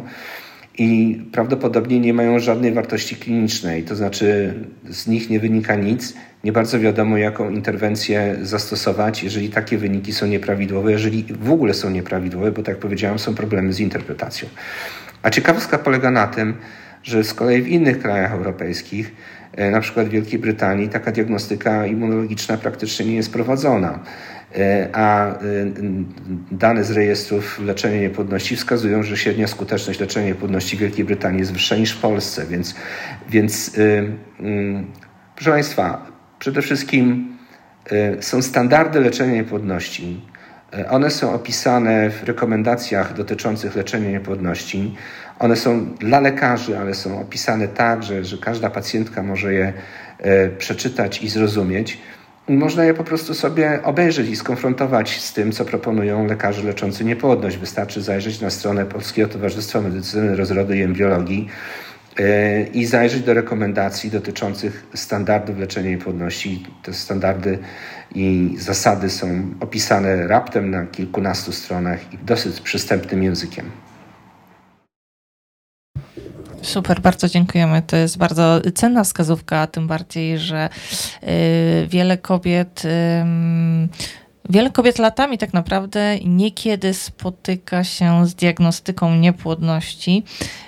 i prawdopodobnie nie mają żadnej wartości klinicznej, to znaczy z nich nie wynika nic, nie bardzo wiadomo jaką interwencję zastosować, jeżeli takie wyniki są nieprawidłowe, jeżeli w ogóle są nieprawidłowe, bo tak jak powiedziałem, są problemy z interpretacją. A ciekawostka polega na tym, że z kolei w innych krajach europejskich, na przykład w Wielkiej Brytanii, taka diagnostyka immunologiczna praktycznie nie jest prowadzona, a dane z rejestrów leczenia niepłodności wskazują, że średnia skuteczność leczenia niepłodności w Wielkiej Brytanii jest wyższa niż w Polsce, więc, więc proszę Państwa, przede wszystkim są standardy leczenia niepłodności. One są opisane w rekomendacjach dotyczących leczenia niepłodności. One są dla lekarzy, ale są opisane tak, że, że każda pacjentka może je przeczytać i zrozumieć. I można je po prostu sobie obejrzeć i skonfrontować z tym, co proponują lekarze leczący niepłodność. Wystarczy zajrzeć na stronę Polskiego Towarzystwa Medycyny Rozrodu i Embriologii i zajrzeć do rekomendacji dotyczących standardów leczenia niepłodności. Te standardy i zasady są opisane raptem na kilkunastu stronach i dosyć przystępnym językiem. Super, bardzo dziękujemy. To jest bardzo cenna wskazówka, tym bardziej, że y, wiele kobiet... Y, Wiele kobiet latami tak naprawdę niekiedy spotyka się z diagnostyką niepłodności,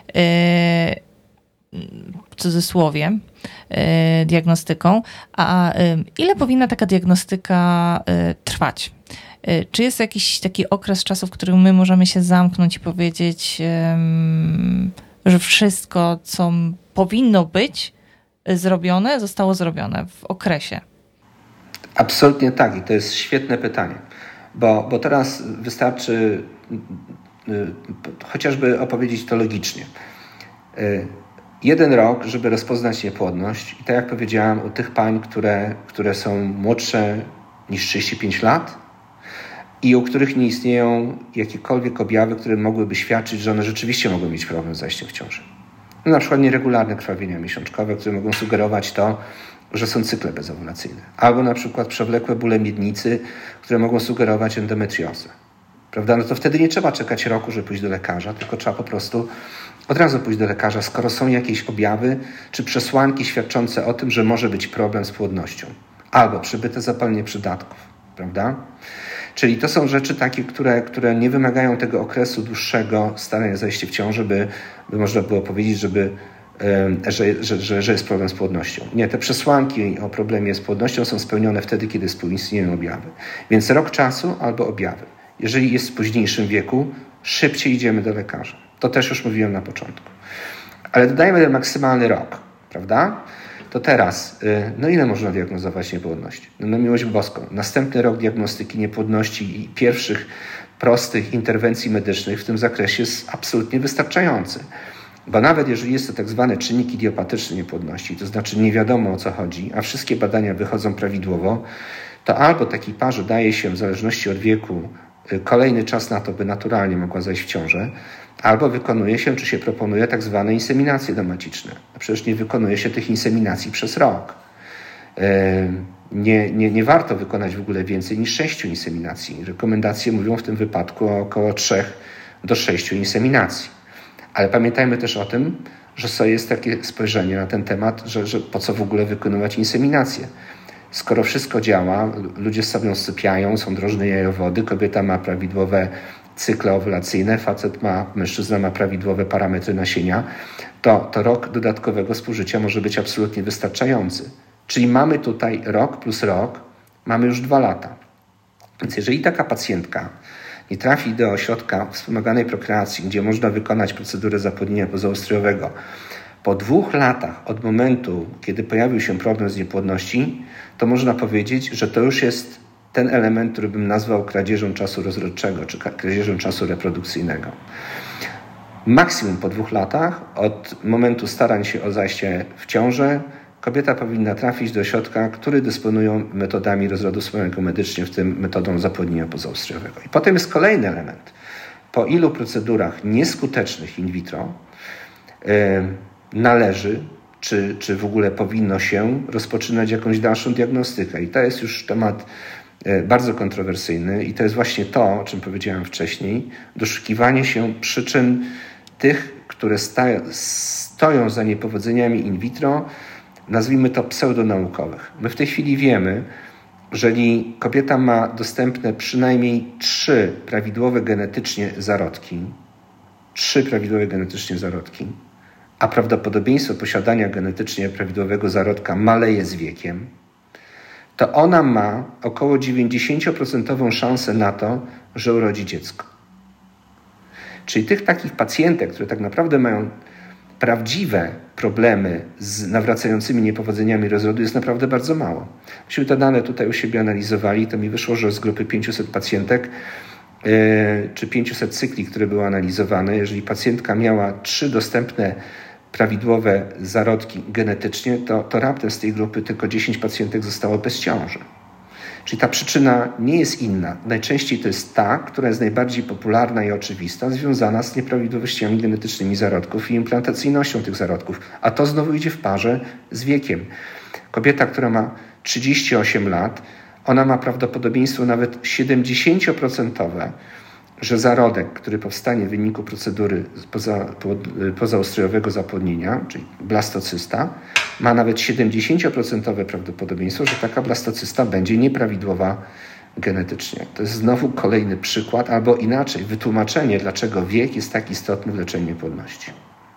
w cudzysłowie, diagnostyką. A ile powinna taka diagnostyka trwać? Czy jest jakiś taki okres czasu, w którym my możemy się zamknąć i powiedzieć, że wszystko, co powinno być zrobione, zostało zrobione w okresie? Absolutnie tak i to jest świetne pytanie, Bo, bo teraz wystarczy chociażby opowiedzieć to logicznie. Jeden rok, żeby rozpoznać niepłodność i tak jak powiedziałam, u tych pań, które, które są młodsze niż trzydzieści pięć lat i u których nie istnieją jakiekolwiek objawy, które mogłyby świadczyć, że one rzeczywiście mogą mieć problem z zajściem w ciążę. No, na przykład nieregularne krwawienia miesiączkowe, które mogą sugerować to, że są cykle bezowulacyjne. Albo na przykład przewlekłe bóle miednicy, które mogą sugerować endometriozę. Prawda? No to wtedy nie trzeba czekać roku, żeby pójść do lekarza, tylko trzeba po prostu od razu pójść do lekarza, skoro są jakieś objawy czy przesłanki świadczące o tym, że może być problem z płodnością. Albo przybyte zapalenie przydatków. Prawda? Czyli to są rzeczy takie, które, które nie wymagają tego okresu dłuższego starania zajście w ciążę, by, by można było powiedzieć, żeby, że, że, że, że jest problem z płodnością. Nie, te przesłanki o problemie z płodnością są spełnione wtedy, kiedy współistnieją objawy. Więc rok czasu albo objawy. Jeżeli jest w późniejszym wieku, szybciej idziemy do lekarza. To też już mówiłem na początku. Ale dodajmy ten maksymalny rok, prawda? To teraz, no ile można diagnozować niepłodność? No na miłość boską. Następny rok diagnostyki niepłodności i pierwszych prostych interwencji medycznych w tym zakresie jest absolutnie wystarczający. Bo nawet jeżeli jest to tak zwany czynnik idiopatyczny niepłodności, to znaczy nie wiadomo o co chodzi, a wszystkie badania wychodzą prawidłowo, to albo takiej parze daje się w zależności od wieku kolejny czas na to, by naturalnie mogła zajść w ciążę, albo wykonuje się, czy się proponuje tak zwane inseminacje domaciczne. A przecież nie wykonuje się tych inseminacji przez rok. Nie, nie, nie warto wykonać w ogóle więcej niż sześciu inseminacji. Rekomendacje mówią w tym wypadku o około trzech do sześciu inseminacji. Ale pamiętajmy też o tym, że so jest takie spojrzenie na ten temat, że, że po co w ogóle wykonywać inseminację. Skoro wszystko działa, ludzie z sobą sypiają, są drożne jajowody, kobieta ma prawidłowe cykle owulacyjne, facet ma, mężczyzna ma prawidłowe parametry nasienia, to, to rok dodatkowego współżycia może być absolutnie wystarczający. Czyli mamy tutaj rok plus rok, mamy już dwa lata. Więc jeżeli taka pacjentka nie trafi do ośrodka wspomaganej prokreacji, gdzie można wykonać procedurę zapłodnienia pozaustrojowego, po dwóch latach od momentu, kiedy pojawił się problem z niepłodności, to można powiedzieć, że to już jest ten element, który bym nazwał kradzieżą czasu rozrodczego, czy kradzieżą czasu reprodukcyjnego. Maksimum po dwóch latach od momentu starań się o zajście w ciążę kobieta powinna trafić do ośrodka, który dysponują metodami rozrodu wspomaganego medycznie, w tym metodą zapłodnienia pozaustrojowego. I potem jest kolejny element. Po ilu procedurach nieskutecznych in vitro yy, należy, czy, czy w ogóle powinno się rozpoczynać jakąś dalszą diagnostykę. I to jest już temat bardzo kontrowersyjny i to jest właśnie to, o czym powiedziałem wcześniej, doszukiwanie się przyczyn tych, które sta- stoją za niepowodzeniami in vitro, nazwijmy to pseudonaukowych. My w tej chwili wiemy, że jeżeli kobieta ma dostępne przynajmniej trzy prawidłowe genetycznie zarodki, trzy prawidłowe genetycznie zarodki, a prawdopodobieństwo posiadania genetycznie prawidłowego zarodka maleje z wiekiem, to ona ma około dziewięćdziesiąt procent szansę na to, że urodzi dziecko. Czyli tych takich pacjentek, które tak naprawdę mają prawdziwe problemy z nawracającymi niepowodzeniami rozrodu, jest naprawdę bardzo mało. Myśmy te dane tutaj u siebie analizowali, to mi wyszło, że z grupy pięciuset pacjentek yy, czy pięciuset cykli, które były analizowane, jeżeli pacjentka miała trzy dostępne prawidłowe zarodki genetycznie, to, to raptem z tej grupy tylko dziesięć pacjentek zostało bez ciąży. Czyli ta przyczyna nie jest inna. Najczęściej to jest ta, która jest najbardziej popularna i oczywista, związana z nieprawidłowościami genetycznymi zarodków i implantacyjnością tych zarodków. A to znowu idzie w parze z wiekiem. Kobieta, która ma trzydzieści osiem lat, ona ma prawdopodobieństwo nawet siedemdziesiąt procent, że zarodek, który powstanie w wyniku procedury poza, pozaustrojowego zapłodnienia, czyli blastocysta, ma nawet siedemdziesiąt procent prawdopodobieństwo, że taka blastocysta będzie nieprawidłowa genetycznie. To jest znowu kolejny przykład, albo inaczej, wytłumaczenie, dlaczego wiek jest tak istotny w leczeniu niepłodności.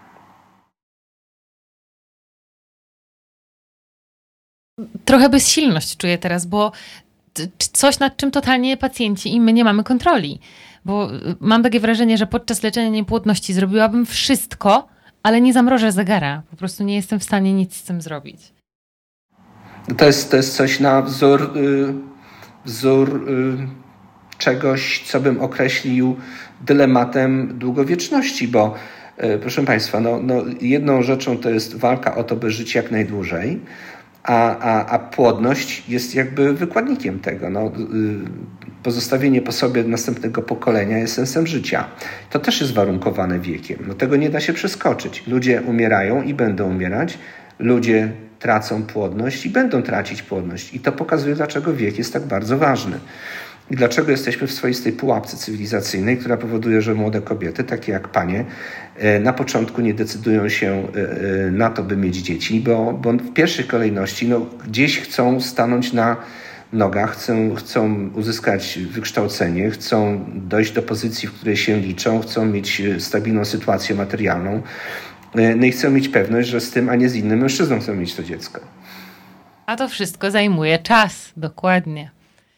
Trochę bezsilność czuję teraz, bo coś, nad czym totalnie pacjenci i my nie mamy kontroli. Bo mam takie wrażenie, że podczas leczenia niepłodności zrobiłabym wszystko, ale nie zamrożę zegara. Po prostu nie jestem w stanie nic z tym zrobić. To jest, to jest coś na wzór, yy, wzór yy, czegoś, co bym określił dylematem długowieczności, bo proszę Państwa, no, no jedną rzeczą to jest walka o to, by żyć jak najdłużej, a, a, a płodność jest jakby wykładnikiem tego. No, pozostawienie po sobie następnego pokolenia jest sensem życia. To też jest warunkowane wiekiem. No, tego nie da się przeskoczyć. Ludzie umierają i będą umierać. Ludzie tracą płodność i będą tracić płodność. I to pokazuje, dlaczego wiek jest tak bardzo ważny. I dlaczego jesteśmy w swoistej pułapce cywilizacyjnej, która powoduje, że młode kobiety, takie jak panie, na początku nie decydują się na to, by mieć dzieci, bo, bo w pierwszej kolejności no, gdzieś chcą stanąć na nogach, chcą, chcą uzyskać wykształcenie, chcą dojść do pozycji, w której się liczą, chcą mieć stabilną sytuację materialną, no i chcą mieć pewność, że z tym, a nie z innym mężczyzną chcą mieć to dziecko. A to wszystko zajmuje czas, dokładnie.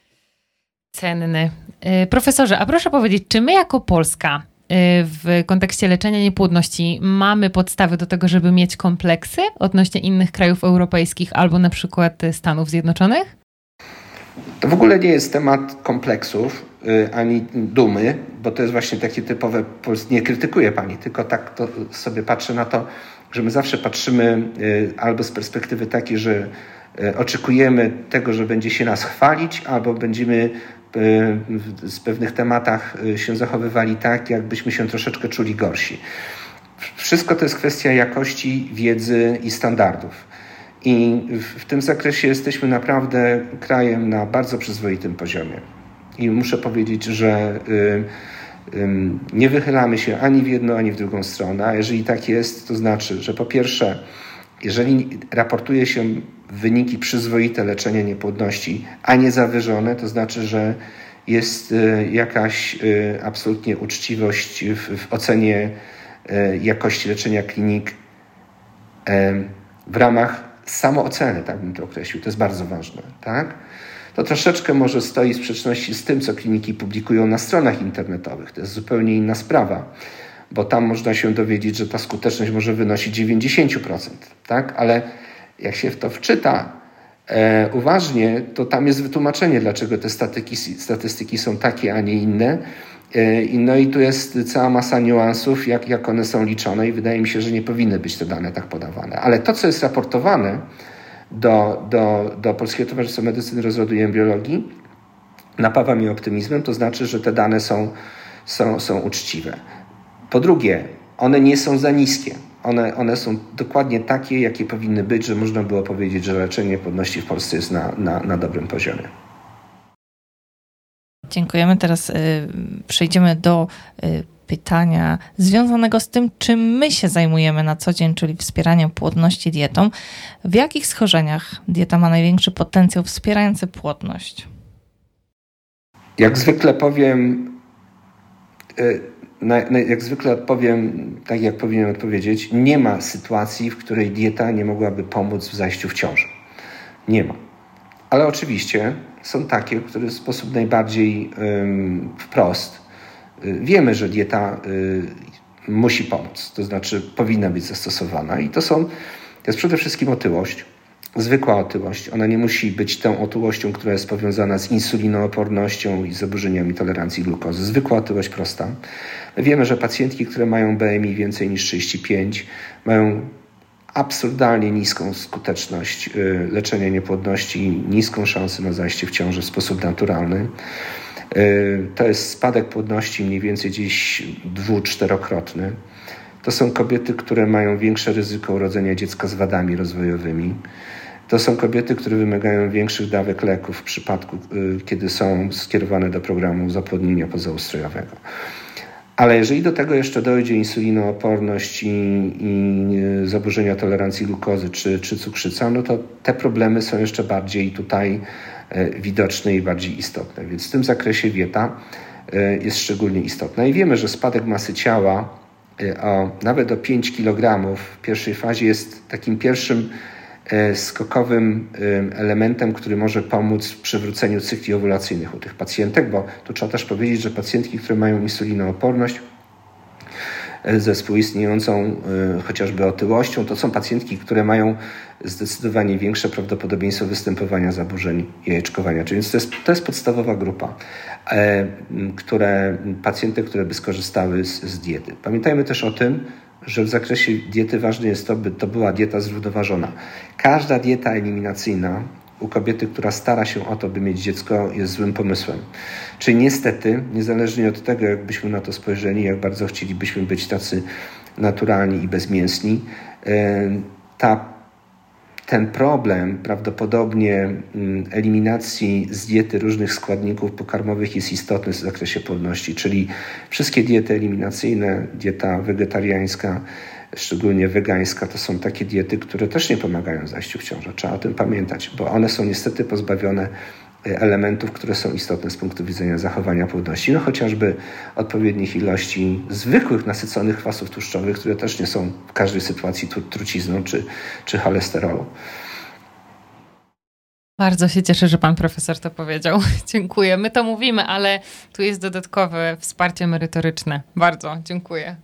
Cenny. Profesorze, a proszę powiedzieć, czy my jako Polska w kontekście leczenia niepłodności mamy podstawy do tego, żeby mieć kompleksy odnośnie innych krajów europejskich albo na przykład Stanów Zjednoczonych? To w ogóle nie jest temat kompleksów ani dumy, bo to jest właśnie takie typowe, nie krytykuję pani, tylko tak to sobie patrzę na to, że my zawsze patrzymy albo z perspektywy takiej, że oczekujemy tego, że będzie się nas chwalić, albo będziemy z pewnych tematach się zachowywali tak, jakbyśmy się troszeczkę czuli gorsi. Wszystko to jest kwestia jakości, wiedzy i standardów. I w tym zakresie jesteśmy naprawdę krajem na bardzo przyzwoitym poziomie. I muszę powiedzieć, że nie wychylamy się ani w jedną, ani w drugą stronę. A jeżeli tak jest, to znaczy, że po pierwsze, jeżeli raportuje się wyniki przyzwoite leczenia niepłodności, a nie zawyżone, to znaczy, że jest jakaś absolutnie uczciwość w, w ocenie jakości leczenia klinik w ramach samooceny, tak bym to określił. To jest bardzo ważne, tak? To troszeczkę może stoi w sprzeczności z tym, co kliniki publikują na stronach internetowych. To jest zupełnie inna sprawa, bo tam można się dowiedzieć, że ta skuteczność może wynosić dziewięćdziesiąt procent, tak? Ale jak się w to wczyta e, uważnie, to tam jest wytłumaczenie, dlaczego te statyki, statystyki są takie, a nie inne. E, no i tu jest cała masa niuansów, jak, jak one są liczone i wydaje mi się, że nie powinny być te dane tak podawane. Ale to, co jest raportowane do, do, do Polskiego Towarzystwa Medycyny Rozrodu i Embriologii, napawa mnie optymizmem, to znaczy, że te dane są, są, są uczciwe. Po drugie, one nie są za niskie. One, one są dokładnie takie, jakie powinny być, że można było powiedzieć, że leczenie niepłodności w Polsce jest na, na, na dobrym poziomie. Dziękujemy. Teraz y, przejdziemy do y, pytania związanego z tym, czym my się zajmujemy na co dzień, czyli wspieraniem płodności dietą. W jakich schorzeniach dieta ma największy potencjał wspierający płodność? Jak zwykle powiem... Y, Na, na, jak zwykle odpowiem, tak jak powinien odpowiedzieć, nie ma sytuacji, w której dieta nie mogłaby pomóc w zajściu w ciążę. Nie ma. Ale oczywiście są takie, które w sposób najbardziej ym, wprost y, wiemy, że dieta y, musi pomóc, to znaczy powinna być zastosowana. I to są, to jest przede wszystkim otyłość, zwykła otyłość. Ona nie musi być tą otyłością, która jest powiązana z insulinoopornością i zaburzeniami tolerancji glukozy. Zwykła otyłość prosta. Wiemy, że pacjentki, które mają B M I więcej niż trzydzieści pięć, mają absurdalnie niską skuteczność leczenia niepłodności, niską szansę na zajście w ciążę w sposób naturalny. To jest spadek płodności mniej więcej gdzieś dwu-, czterokrotny. To są kobiety, które mają większe ryzyko urodzenia dziecka z wadami rozwojowymi. To są kobiety, które wymagają większych dawek leków w przypadku, kiedy są skierowane do programu zapłodnienia pozaustrojowego. Ale jeżeli do tego jeszcze dojdzie insulinooporność i, i zaburzenia tolerancji glukozy czy, czy cukrzyca, no to te problemy są jeszcze bardziej tutaj widoczne i bardziej istotne. Więc w tym zakresie dieta jest szczególnie istotna. I wiemy, że spadek masy ciała o, nawet o pięć kilogramów w pierwszej fazie jest takim pierwszym skokowym elementem, który może pomóc w przywróceniu cykli owulacyjnych u tych pacjentek, bo tu trzeba też powiedzieć, że pacjentki, które mają insulinooporność, ze współistniejącą chociażby otyłością. To są pacjentki, które mają zdecydowanie większe prawdopodobieństwo występowania zaburzeń jajeczkowania. Czyli to jest, to jest podstawowa grupa, które, pacjenty, które by skorzystały z, z diety. Pamiętajmy też o tym, że w zakresie diety ważne jest to, by to była dieta zrównoważona. Każda dieta eliminacyjna u kobiety, która stara się o to, by mieć dziecko, jest złym pomysłem. Czyli niestety, niezależnie od tego, jakbyśmy na to spojrzeli, jak bardzo chcielibyśmy być tacy naturalni i bezmięsni, ta Ten problem prawdopodobnie eliminacji z diety różnych składników pokarmowych jest istotny w zakresie płodności, czyli wszystkie diety eliminacyjne, dieta wegetariańska, szczególnie wegańska, to są takie diety, które też nie pomagają w zajściu w ciążę. Trzeba o tym pamiętać, bo one są niestety pozbawione elementów, które są istotne z punktu widzenia zachowania płodności. No chociażby odpowiednich ilości zwykłych nasyconych kwasów tłuszczowych, które też nie są w każdej sytuacji tru- trucizną czy, czy cholesterolu. Bardzo się cieszę, że pan profesor to powiedział. Dziękuję. My to mówimy, ale tu jest dodatkowe wsparcie merytoryczne. Bardzo dziękuję.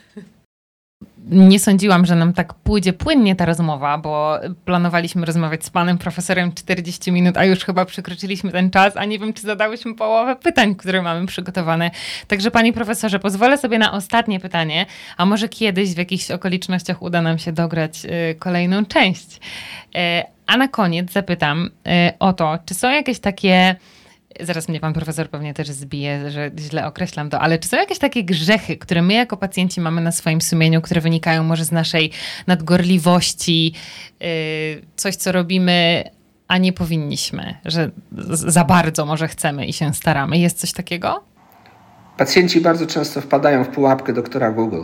Nie sądziłam, że nam tak pójdzie płynnie ta rozmowa, bo planowaliśmy rozmawiać z panem profesorem czterdzieści minut, a już chyba przekroczyliśmy ten czas, a nie wiem, czy zadałyśmy połowę pytań, które mamy przygotowane. Także panie profesorze, pozwolę sobie na ostatnie pytanie, a może kiedyś w jakichś okolicznościach uda nam się dograć y, kolejną część. Y, a na koniec zapytam y, o to, czy są jakieś takie... Zaraz mnie pan profesor pewnie też zbije, że źle określam to, ale czy są jakieś takie grzechy, które my jako pacjenci mamy na swoim sumieniu, które wynikają może z naszej nadgorliwości, yy, coś co robimy, a nie powinniśmy, że za bardzo może chcemy i się staramy. Jest coś takiego? Pacjenci bardzo często wpadają w pułapkę doktora Google.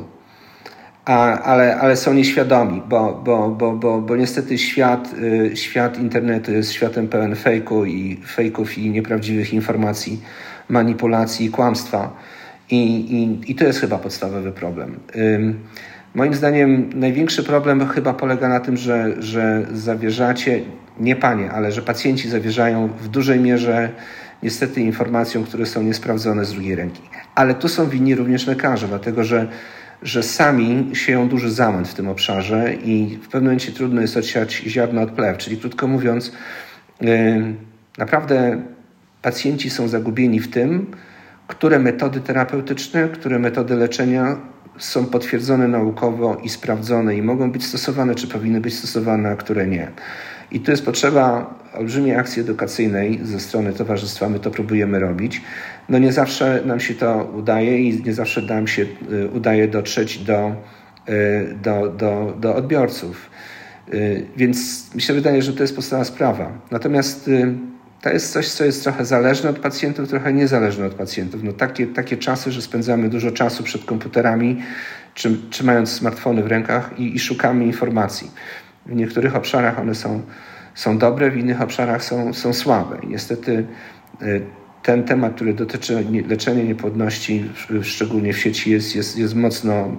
A, ale, ale są nieświadomi, bo, bo, bo, bo, bo niestety świat, y, świat internetu jest światem pełen fejku i fejków i nieprawdziwych informacji, manipulacji i kłamstwa. I, i, i to jest chyba podstawowy problem. Y, moim zdaniem największy problem chyba polega na tym, że, że zawierzacie, nie panie, ale że pacjenci zawierzają w dużej mierze niestety informacjom, które są niesprawdzone z drugiej ręki. Ale tu są winni również lekarze, dlatego że że sami sieją duży zamęt w tym obszarze i w pewnym momencie trudno jest odsiać ziarno od plew. Czyli krótko mówiąc, yy, naprawdę pacjenci są zagubieni w tym, które metody terapeutyczne, które metody leczenia są potwierdzone naukowo i sprawdzone i mogą być stosowane, czy powinny być stosowane, a które nie. I tu jest potrzeba olbrzymiej akcji edukacyjnej ze strony towarzystwa. My to próbujemy robić. No nie zawsze nam się to udaje i nie zawsze nam się udaje dotrzeć do, do, do, do odbiorców. Więc mi się wydaje, że to jest podstawowa sprawa. Natomiast to jest coś, co jest trochę zależne od pacjentów, trochę niezależne od pacjentów. No takie, takie czasy, że spędzamy dużo czasu przed komputerami, czy, trzymając smartfony w rękach i, i szukamy informacji. W niektórych obszarach one są, są dobre, w innych obszarach są, są słabe. I niestety ten temat, który dotyczy leczenia niepłodności, szczególnie w sieci, jest, jest, jest mocno,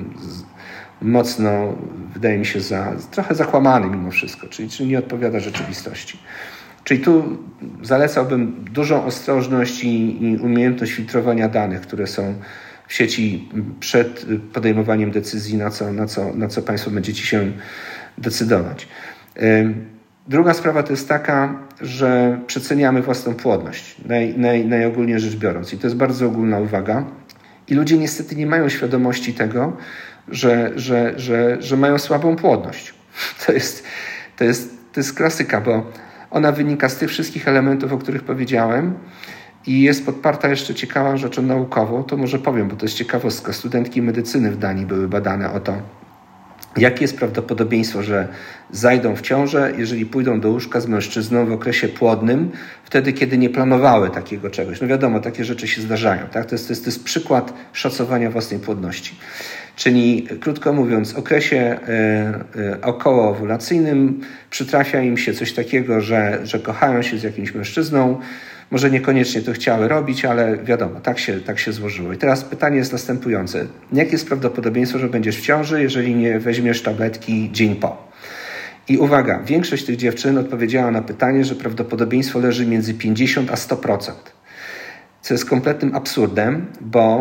mocno, wydaje mi się, za, trochę zakłamany mimo wszystko, czyli, czyli nie odpowiada rzeczywistości. Czyli tu zalecałbym dużą ostrożność i, i umiejętność filtrowania danych, które są w sieci przed podejmowaniem decyzji, na co, na co, na co Państwo będziecie się decydować. Druga sprawa to jest taka, że przeceniamy własną płodność, naj, naj, najogólniej rzecz biorąc. I to jest bardzo ogólna uwaga. I ludzie niestety nie mają świadomości tego, że, że, że, że mają słabą płodność. To jest, to jest, to jest klasyka, bo ona wynika z tych wszystkich elementów, o których powiedziałem i jest podparta jeszcze ciekawą rzeczą naukową. To może powiem, bo to jest ciekawostka. Studentki medycyny w Danii były badane o to, jakie jest prawdopodobieństwo, że zajdą w ciążę, jeżeli pójdą do łóżka z mężczyzną w okresie płodnym, wtedy, kiedy nie planowały takiego czegoś. No wiadomo, takie rzeczy się zdarzają. Tak? To jest, to jest, to jest przykład szacowania własnej płodności. Czyli, krótko mówiąc, w okresie y, y, okołoowulacyjnym przytrafia im się coś takiego, że, że kochają się z jakimś mężczyzną, może niekoniecznie to chciały robić, ale wiadomo, tak się, tak się złożyło. I teraz pytanie jest następujące. Jakie jest prawdopodobieństwo, że będziesz w ciąży, jeżeli nie weźmiesz tabletki dzień po? I uwaga, większość tych dziewczyn odpowiedziała na pytanie, że prawdopodobieństwo leży między pięćdziesiąt a sto procent. Co jest kompletnym absurdem, bo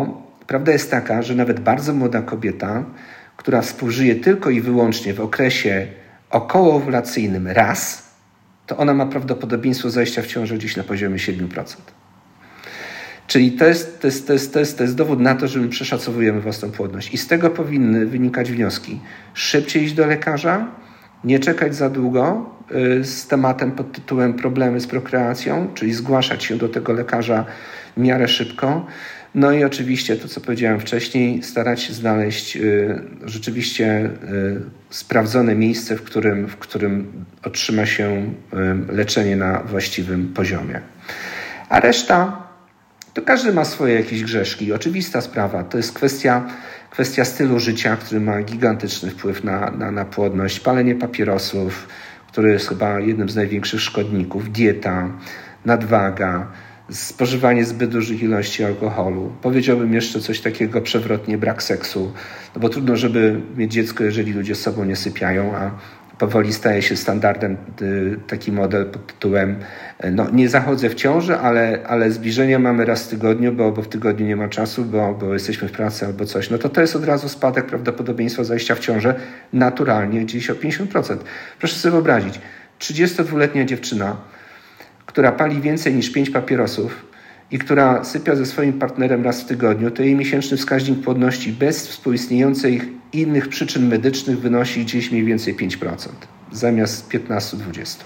prawda jest taka, że nawet bardzo młoda kobieta, która współżyje tylko i wyłącznie w okresie okołoowulacyjnym raz, to ona ma prawdopodobieństwo zajścia w ciążę gdzieś na poziomie siedem procent. Czyli to jest, to, jest, to, jest, to, jest, to jest dowód na to, że my przeszacowujemy własną płodność. I z tego powinny wynikać wnioski. Szybciej iść do lekarza, nie czekać za długo z tematem pod tytułem problemy z prokreacją, czyli zgłaszać się do tego lekarza w miarę szybko. No i oczywiście to, co powiedziałem wcześniej, starać się znaleźć y, rzeczywiście y, sprawdzone miejsce, w którym, w którym otrzyma się y, leczenie na właściwym poziomie. A reszta, to każdy ma swoje jakieś grzeszki. Oczywista sprawa, to jest kwestia, kwestia stylu życia, który ma gigantyczny wpływ na, na, na płodność. Palenie papierosów, który jest chyba jednym z największych szkodników, dieta, nadwaga, spożywanie zbyt dużych ilości alkoholu. Powiedziałbym jeszcze coś takiego przewrotnie, brak seksu, no bo trudno, żeby mieć dziecko, jeżeli ludzie z sobą nie sypiają, a powoli staje się standardem taki model pod tytułem no nie zachodzę w ciąży, ale, ale zbliżenia mamy raz w tygodniu, bo, bo w tygodniu nie ma czasu, bo, bo jesteśmy w pracy albo coś. No to to jest od razu spadek prawdopodobieństwa zajścia w ciążę naturalnie gdzieś o pięćdziesiąt procent. Proszę sobie wyobrazić, trzydziestodwuletnia dziewczyna, która pali więcej niż pięć papierosów i która sypia ze swoim partnerem raz w tygodniu, to jej miesięczny wskaźnik płodności bez współistniejących innych przyczyn medycznych wynosi gdzieś mniej więcej pięć procent zamiast piętnaście do dwudziestu.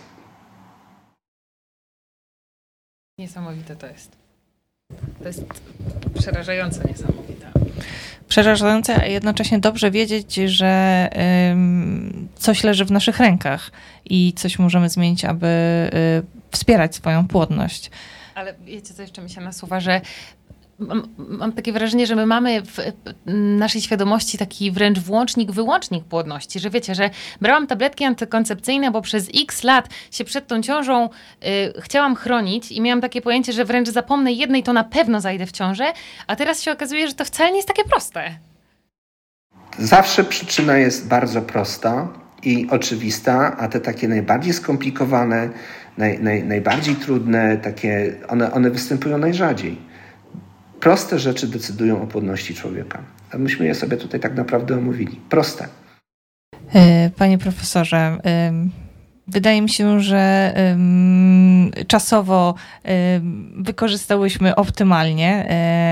Niesamowite to jest. To jest przerażająco niesamowite. Przerażające, a jednocześnie dobrze wiedzieć, że ym, coś leży w naszych rękach i coś możemy zmienić, aby y, wspierać swoją płodność. Ale wiecie, co jeszcze mi się nasuwa, że mam, mam takie wrażenie, że my mamy w naszej świadomości taki wręcz włącznik, wyłącznik płodności, że wiecie, że brałam tabletki antykoncepcyjne, bo przez x lat się przed tą ciążą y, chciałam chronić i miałam takie pojęcie, że wręcz zapomnę jednej, to na pewno zajdę w ciążę, a teraz się okazuje, że to wcale nie jest takie proste. Zawsze przyczyna jest bardzo prosta i oczywista, a te takie najbardziej skomplikowane, naj, naj, najbardziej trudne, takie, one, one występują najrzadziej. Proste rzeczy decydują o płodności człowieka. A myśmy je sobie tutaj tak naprawdę omówili. Proste. Panie profesorze, wydaje mi się, że czasowo wykorzystałyśmy optymalnie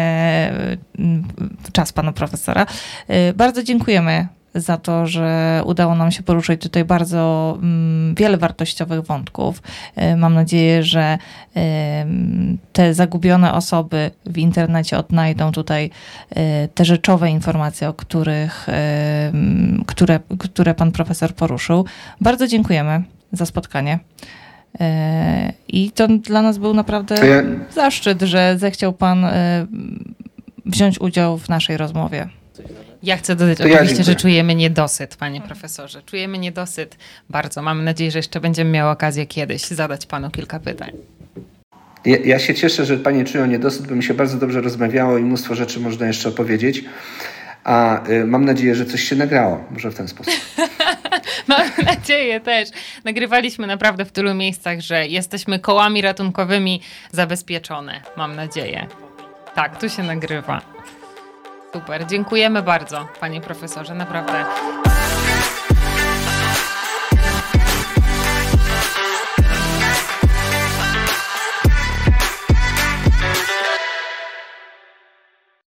czas pana profesora. Bardzo dziękujemy za to, że udało nam się poruszyć tutaj bardzo um, wiele wartościowych wątków. E, mam nadzieję, że e, te zagubione osoby w internecie odnajdą tutaj e, te rzeczowe informacje, o których, e, które, które pan profesor poruszył. Bardzo dziękujemy za spotkanie. E, I to dla nas był naprawdę ja... zaszczyt, że zechciał pan e, wziąć udział w naszej rozmowie. Ja chcę dodać to oczywiście, ja że czujemy niedosyt, panie profesorze. Czujemy niedosyt bardzo. Mamy nadzieję, że jeszcze będziemy miały okazję kiedyś zadać panu kilka pytań. Ja, ja się cieszę, że panie czują niedosyt, bo mi się bardzo dobrze rozmawiało i mnóstwo rzeczy można jeszcze opowiedzieć. A y, mam nadzieję, że coś się nagrało. Może w ten sposób. Mam nadzieję też. Nagrywaliśmy naprawdę w tylu miejscach, że jesteśmy kołami ratunkowymi zabezpieczone. Mam nadzieję. Tak, tu się nagrywa. Super, dziękujemy bardzo, panie profesorze, naprawdę.